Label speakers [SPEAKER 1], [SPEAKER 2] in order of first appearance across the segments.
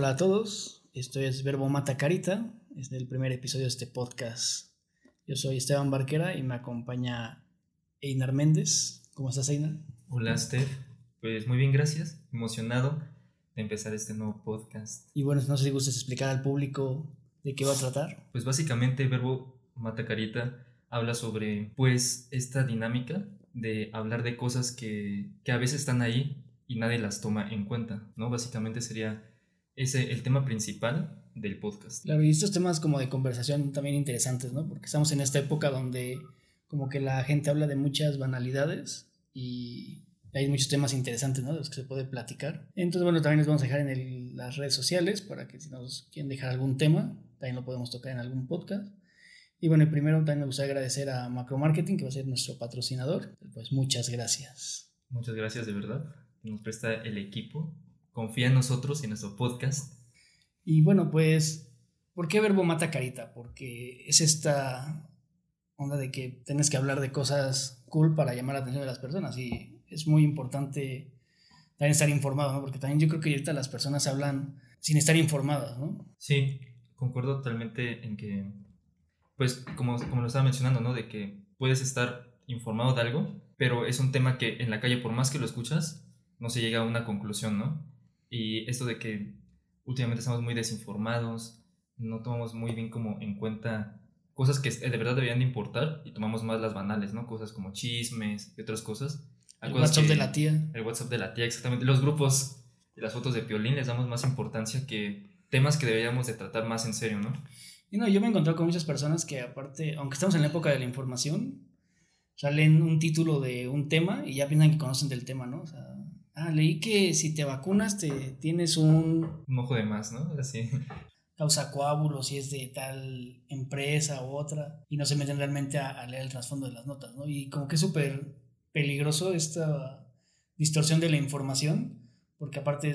[SPEAKER 1] Hola a todos, esto es Verbo Mata Carita, es el primer episodio de este podcast. Yo soy Esteban Barquera y me acompaña Einar Méndez. ¿Cómo estás, Einar?
[SPEAKER 2] Hola, Steph. Pues muy bien, gracias. Emocionado de empezar este nuevo podcast.
[SPEAKER 1] Y bueno, no sé si gustas explicar al público de qué va a tratar.
[SPEAKER 2] Pues básicamente Verbo Mata Carita habla sobre pues esta dinámica de hablar de cosas que a veces están ahí y nadie las toma en cuenta, ¿no? Básicamente sería ese el tema principal del podcast.
[SPEAKER 1] Claro, y estos temas como de conversación también interesantes, ¿no? Porque estamos en esta época donde como que la gente habla de muchas banalidades y hay muchos temas interesantes, ¿no? De los que se puede platicar. Entonces, bueno, también les vamos a dejar en las redes sociales para que si nos quieren dejar algún tema, también lo podemos tocar en algún podcast. Y bueno, primero también me gustaría agradecer a Macro Marketing, que va a ser nuestro patrocinador. Pues muchas gracias.
[SPEAKER 2] Muchas gracias, de verdad. Nos presta el equipo, confía en nosotros y en nuestro podcast.
[SPEAKER 1] Y bueno, pues, ¿por qué Verbo Mata Carita? Porque es esta onda de que tienes que hablar de cosas cool para llamar la atención de las personas y es muy importante también estar informado, ¿no? Porque también yo creo que ahorita las personas hablan sin estar informadas, ¿no?
[SPEAKER 2] Sí, concuerdo totalmente en que pues como lo estaba mencionando, ¿no? De que puedes estar informado de algo, pero es un tema que en la calle, por más que lo escuchas, no se llega a una conclusión, ¿no? Y esto de que últimamente estamos muy desinformados, no tomamos muy bien como en cuenta cosas que de verdad deberían de importar y tomamos más las banales, ¿no? Cosas como chismes y otras cosas.
[SPEAKER 1] El WhatsApp de la tía.
[SPEAKER 2] El WhatsApp de la tía, exactamente. Los grupos y las fotos de Piolín les damos más importancia que temas que deberíamos de tratar más en serio, ¿no?
[SPEAKER 1] Y no, yo me he encontrado con muchas personas que aparte, aunque estamos en la época de la información, salen un título de un tema y ya piensan que conocen del tema, ¿no? O sea, leí que si te vacunas tienes un
[SPEAKER 2] ojo de más, ¿no? Así.
[SPEAKER 1] Causa coágulos si es de tal empresa u otra y no se meten realmente a leer el trasfondo de las notas, ¿no? Y como que es súper peligroso esta distorsión de la información porque aparte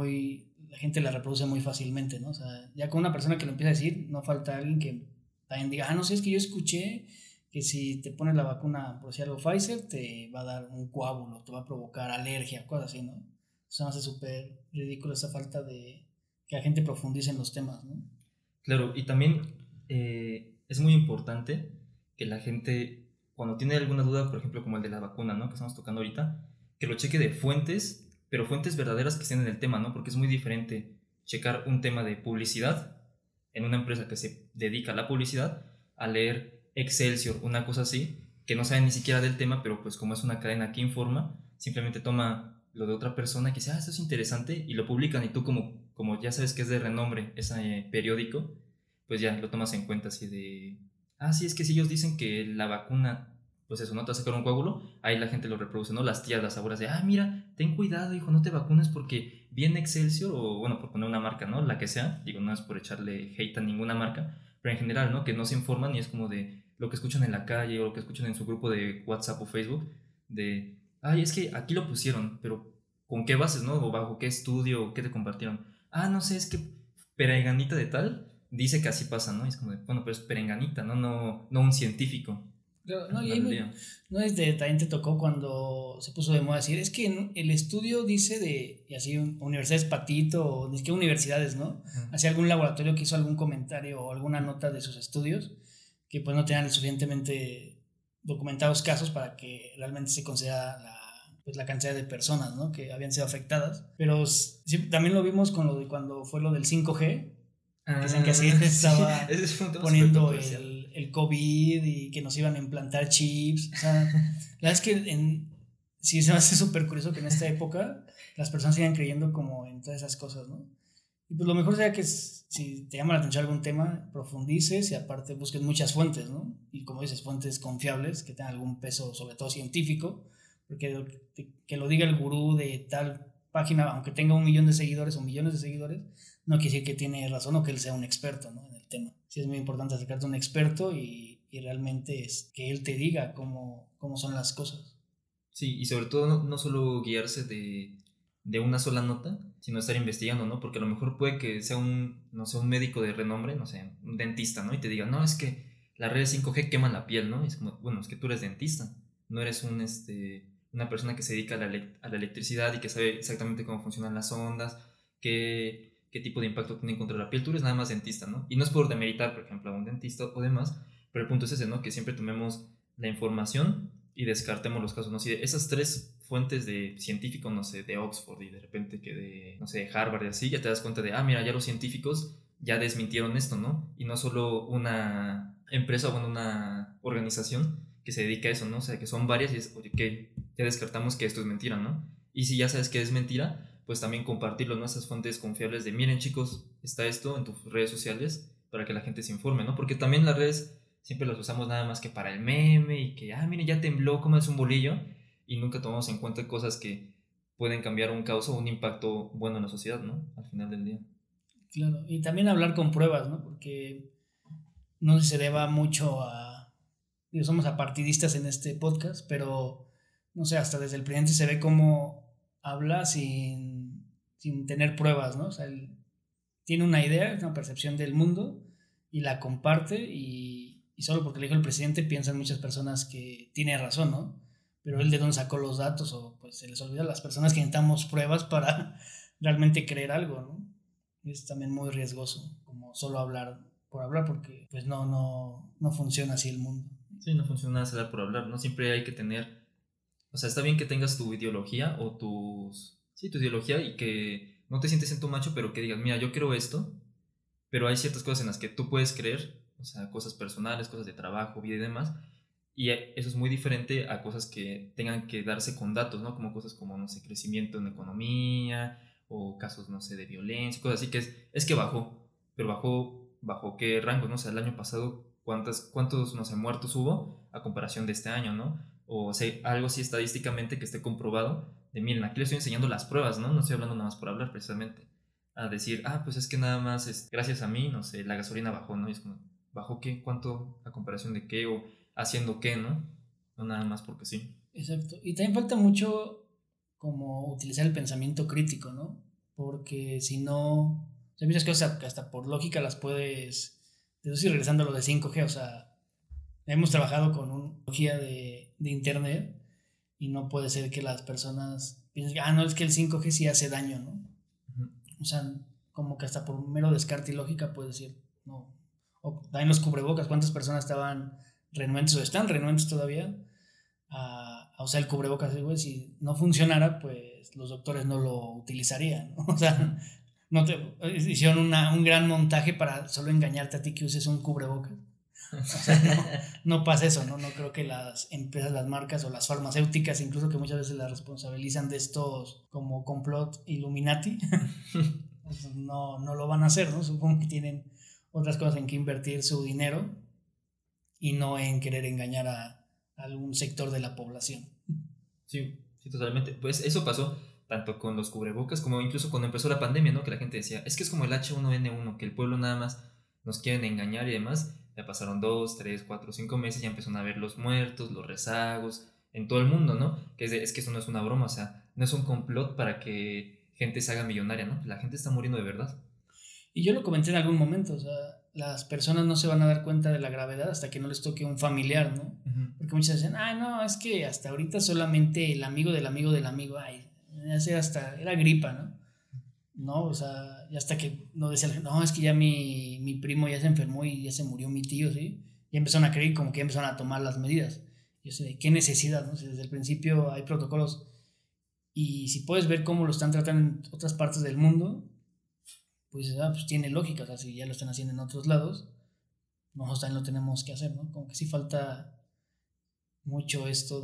[SPEAKER 1] la gente la reproduce muy fácilmente, ¿no? O sea, ya con una persona que lo empieza a decir, no falta alguien que también diga, no sé, es que yo escuché que si te pones la vacuna, por si algo Pfizer, te va a dar un coágulo, te va a provocar alergia, cosas así, ¿no? O sea, me hace súper ridículo esa falta de que la gente profundice en los temas, ¿no?
[SPEAKER 2] Claro, y también es muy importante que la gente, cuando tiene alguna duda, por ejemplo, como el de la vacuna, ¿no? Que estamos tocando ahorita, que lo cheque de fuentes, pero fuentes verdaderas que estén en el tema, ¿no? Porque es muy diferente checar un tema de publicidad en una empresa que se dedica a la publicidad a leer Excelsior, una cosa así, que no sabe ni siquiera del tema, pero pues como es una cadena que informa, simplemente toma lo de otra persona que dice, esto es interesante, y lo publican, y tú como ya sabes que es de renombre ese periódico, pues ya lo tomas en cuenta así de, sí, es que si ellos dicen que la vacuna, pues eso, no te va a sacar un coágulo, ahí la gente lo reproduce, ¿no? Las tías, las abuelas de, mira, ten cuidado, hijo, no te vacunes porque viene Excelsior, o bueno, por poner una marca, ¿no? La que sea, digo, no es por echarle hate a ninguna marca, pero en general, ¿no? Que no se informan y es como de lo que escuchan en la calle o lo que escuchan en su grupo de WhatsApp o Facebook, de, es que aquí lo pusieron, pero ¿con qué bases, no? O bajo qué estudio, o qué te compartieron. No sé, es que perenganita de tal dice que así pasa, ¿no? Y es como de, bueno, pero es perenganita, no un científico.
[SPEAKER 1] Pero, no, no es de, también te tocó cuando se puso de moda decir, es que el estudio dice de, y así, universidades Patito, o ni siquiera universidades, ¿no? Hacía algún laboratorio que hizo algún comentario o alguna nota de sus estudios, que pues no tenían suficientemente documentados casos para que realmente se considera la cantidad de personas, ¿no? Que habían sido afectadas. Pero sí, también lo vimos con lo de cuando fue lo del 5G, dicen que así estaba poniendo el COVID y que nos iban a implantar chips. O sea, la verdad es que sí se me hace súper curioso que en esta época las personas sigan creyendo como en todas esas cosas, ¿no? Y pues lo mejor sería que si te llama la atención algún tema, profundices y aparte busques muchas fuentes, ¿no? Y como dices, fuentes confiables que tengan algún peso, sobre todo científico, porque que lo diga el gurú de tal página, aunque tenga 1 millón de seguidores o millones de seguidores, no quiere decir que tiene razón o que él sea un experto, ¿no? En el tema. Sí es muy importante acercarte a un experto y realmente es que él te diga cómo son las cosas.
[SPEAKER 2] Sí, y sobre todo no solo guiarse de una sola nota, sino estar investigando, ¿no? Porque a lo mejor puede que sea no sé, un médico de renombre, no sé, un dentista, ¿no? Y te diga, no, es que las redes 5G queman la piel, ¿no? Y es como, bueno, es que tú eres dentista, no eres una persona que se dedica a la electricidad y que sabe exactamente cómo funcionan las ondas, qué qué tipo de impacto tienen contra la piel. Tú eres nada más dentista, ¿no? Y no es por demeritar, por ejemplo, a un dentista o demás, pero el punto es ese, ¿no? Que siempre tomemos la información y descartemos los casos, ¿no? Si esas 3 fuentes de científicos, no sé, de Oxford y de repente que de, no sé, de Harvard y así, ya te das cuenta de, mira, ya los científicos ya desmintieron esto, ¿no? Y no solo una empresa o bueno, una organización que se dedica a eso, ¿no? O sea, que son varias y es, oye, que ya descartamos que esto es mentira, ¿no? Y si ya sabes que es mentira, pues también compartirlo, ¿no? Esas fuentes confiables de, miren chicos, está esto en tus redes sociales para que la gente se informe, ¿no? Porque también las redes siempre las usamos nada más que para el meme y que, miren, ya tembló, como es un bolillo, y nunca tomamos en cuenta cosas que pueden cambiar un caos o un impacto bueno en la sociedad, ¿no? Al final del día.
[SPEAKER 1] Claro, y también hablar con pruebas, ¿no? Porque no se deba mucho a... Digo, somos apartidistas en este podcast, pero no sé, hasta desde el presidente se ve cómo habla sin tener pruebas, ¿no? O sea, él tiene una idea, una percepción del mundo y la comparte y solo porque le dijo el presidente piensan muchas personas que tiene razón, ¿no? Pero él de dónde sacó los datos o pues se les olvida a las personas que necesitamos pruebas para realmente creer algo, ¿no? Es también muy riesgoso, como solo hablar por hablar, porque pues no funciona así el mundo.
[SPEAKER 2] Sí, no funciona hablar por hablar, ¿no? Siempre hay que tener, o sea, está bien que tengas tu ideología o tu ideología y que no te sientes en tu macho, pero que digas, mira, yo quiero esto, pero hay ciertas cosas en las que tú puedes creer, o sea, cosas personales, cosas de trabajo, vida y demás, y eso es muy diferente a cosas que tengan que darse con datos, ¿no? Como cosas como, no sé, crecimiento en economía o casos, no sé, de violencia, cosas así que es que bajó, pero bajó qué rango, ¿no? O sea, el año pasado, ¿cuántos, no sé, muertos hubo a comparación de este año, ¿no? O sea, algo así estadísticamente que esté comprobado de, miren, aquí les estoy enseñando las pruebas, ¿no? No estoy hablando nada más por hablar precisamente. A decir, pues es que nada más, gracias a mí, no sé, la gasolina bajó, ¿no? Y es como, ¿bajó qué? ¿Cuánto? ¿A comparación de qué? O haciendo qué, ¿no? No nada más porque sí.
[SPEAKER 1] Exacto. Y también falta mucho como utilizar el pensamiento crítico, ¿no? Porque si no, hay muchas cosas que hasta por lógica las puedes deducir regresando a lo de 5G, o sea, hemos trabajado con una tecnología de internet y no puede ser que las personas piensen, no, es que el 5G sí hace daño, ¿no?
[SPEAKER 2] Ujú.
[SPEAKER 1] O sea, como que hasta por mero descarte y lógica puedes decir, no. O también los cubrebocas, ¿cuántas personas estaban renuentes o están renuentes todavía a usar el cubrebocas? Güey, si no funcionara, pues los doctores no lo utilizarían, ¿no? O sea, no te, hicieron un gran montaje para solo engañarte a ti que uses un cubrebocas. O sea, no pasa eso, ¿no? No creo que las empresas, las marcas o las farmacéuticas, incluso que muchas veces las responsabilizan de estos como complot Illuminati, pues no lo van a hacer, ¿no? Supongo que tienen otras cosas en que invertir su dinero y no en querer engañar a algún sector de la población.
[SPEAKER 2] Sí, sí, totalmente. Pues eso pasó tanto con los cubrebocas como incluso cuando empezó la pandemia, ¿no? Que la gente decía, es que es como el H1N1, que el pueblo nada más nos quieren engañar y demás. Ya pasaron 2, 3, 4, 5 meses, ya empezaron a ver los muertos, los rezagos, en todo el mundo, ¿no? Que es que eso no es una broma, o sea, no es un complot para que gente se haga millonaria, ¿no? La gente está muriendo de verdad.
[SPEAKER 1] Y yo lo comenté en algún momento, o sea, las personas no se van a dar cuenta de la gravedad hasta que no les toque un familiar, ¿no?
[SPEAKER 2] Uh-huh.
[SPEAKER 1] Porque muchos dicen, no, es que hasta ahorita solamente el amigo del amigo del amigo, hasta era gripa, ¿no? No, o sea, ya hasta que no decía, no, es que ya mi primo ya se enfermó y ya se murió mi tío, ¿sí? Ya empezaron a creer como que ya empezaron a tomar las medidas. Yo sé, ¿qué necesidad, no? Si desde el principio hay protocolos y si puedes ver cómo lo están tratando en otras partes del mundo, pues tiene lógica, o sea, si ya lo están haciendo en otros lados, nosotros también lo tenemos que hacer, ¿no? Como que sí falta mucho esto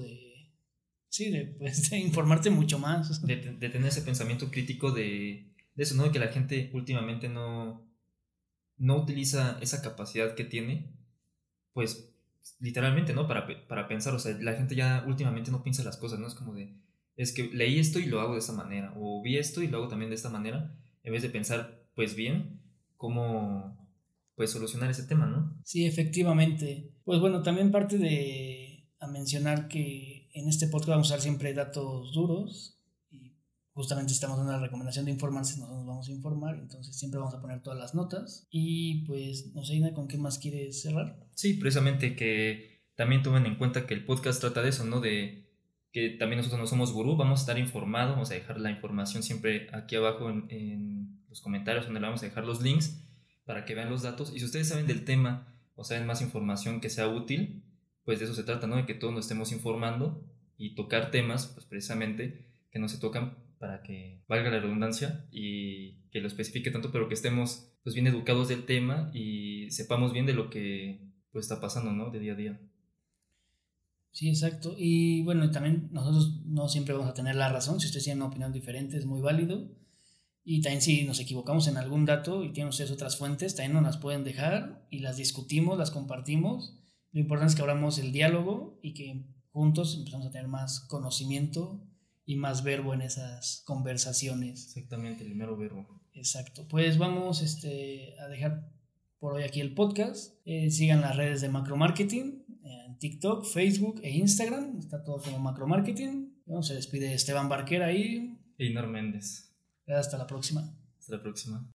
[SPEAKER 1] de informarte mucho más.
[SPEAKER 2] De tener ese pensamiento crítico de eso, ¿no? De que la gente últimamente no utiliza esa capacidad que tiene, pues literalmente, ¿no? Para pensar, o sea, la gente ya últimamente no piensa las cosas, ¿no? Es como de, es que leí esto y lo hago de esta manera, o vi esto y lo hago también de esta manera, en vez de pensar, pues bien, cómo, pues, solucionar ese tema, ¿no?
[SPEAKER 1] Sí, efectivamente. Pues bueno, también parte a mencionar que en este podcast vamos a usar siempre datos duros y justamente estamos dando la recomendación de informarse, nosotros nos vamos a informar, entonces siempre vamos a poner todas las notas y pues no sé, Ina, ¿con qué más quieres cerrar?
[SPEAKER 2] Sí, precisamente que también tomen en cuenta que el podcast trata de eso, ¿no? De que también nosotros no somos gurú, vamos a estar informados, vamos a dejar la información siempre aquí abajo en los comentarios donde le vamos a dejar los links para que vean los datos. Y si ustedes saben del tema o saben más información que sea útil, pues de eso se trata, ¿no? De que todos nos estemos informando y tocar temas, pues precisamente que no se tocan para que valga la redundancia y que lo especifique tanto, pero que estemos pues bien educados del tema y sepamos bien de lo que pues está pasando, ¿no? De día a día.
[SPEAKER 1] Sí, exacto. Y bueno, también nosotros no siempre vamos a tener la razón. Si ustedes tienen una opinión diferente, es muy válido. Y también si nos equivocamos en algún dato y tienen ustedes otras fuentes, también nos las pueden dejar y las discutimos, las compartimos. Lo importante es que abramos el diálogo y que juntos empezamos a tener más conocimiento y más verbo en esas conversaciones.
[SPEAKER 2] Exactamente, el mero verbo.
[SPEAKER 1] Exacto. Pues vamos a dejar por hoy aquí el podcast. Sigan las redes de Macro Marketing en TikTok, Facebook e Instagram. Está todo como Macro Marketing. Bueno, se despide Esteban Barquera ahí.
[SPEAKER 2] Einar Méndez.
[SPEAKER 1] Hasta la próxima.
[SPEAKER 2] Hasta la próxima.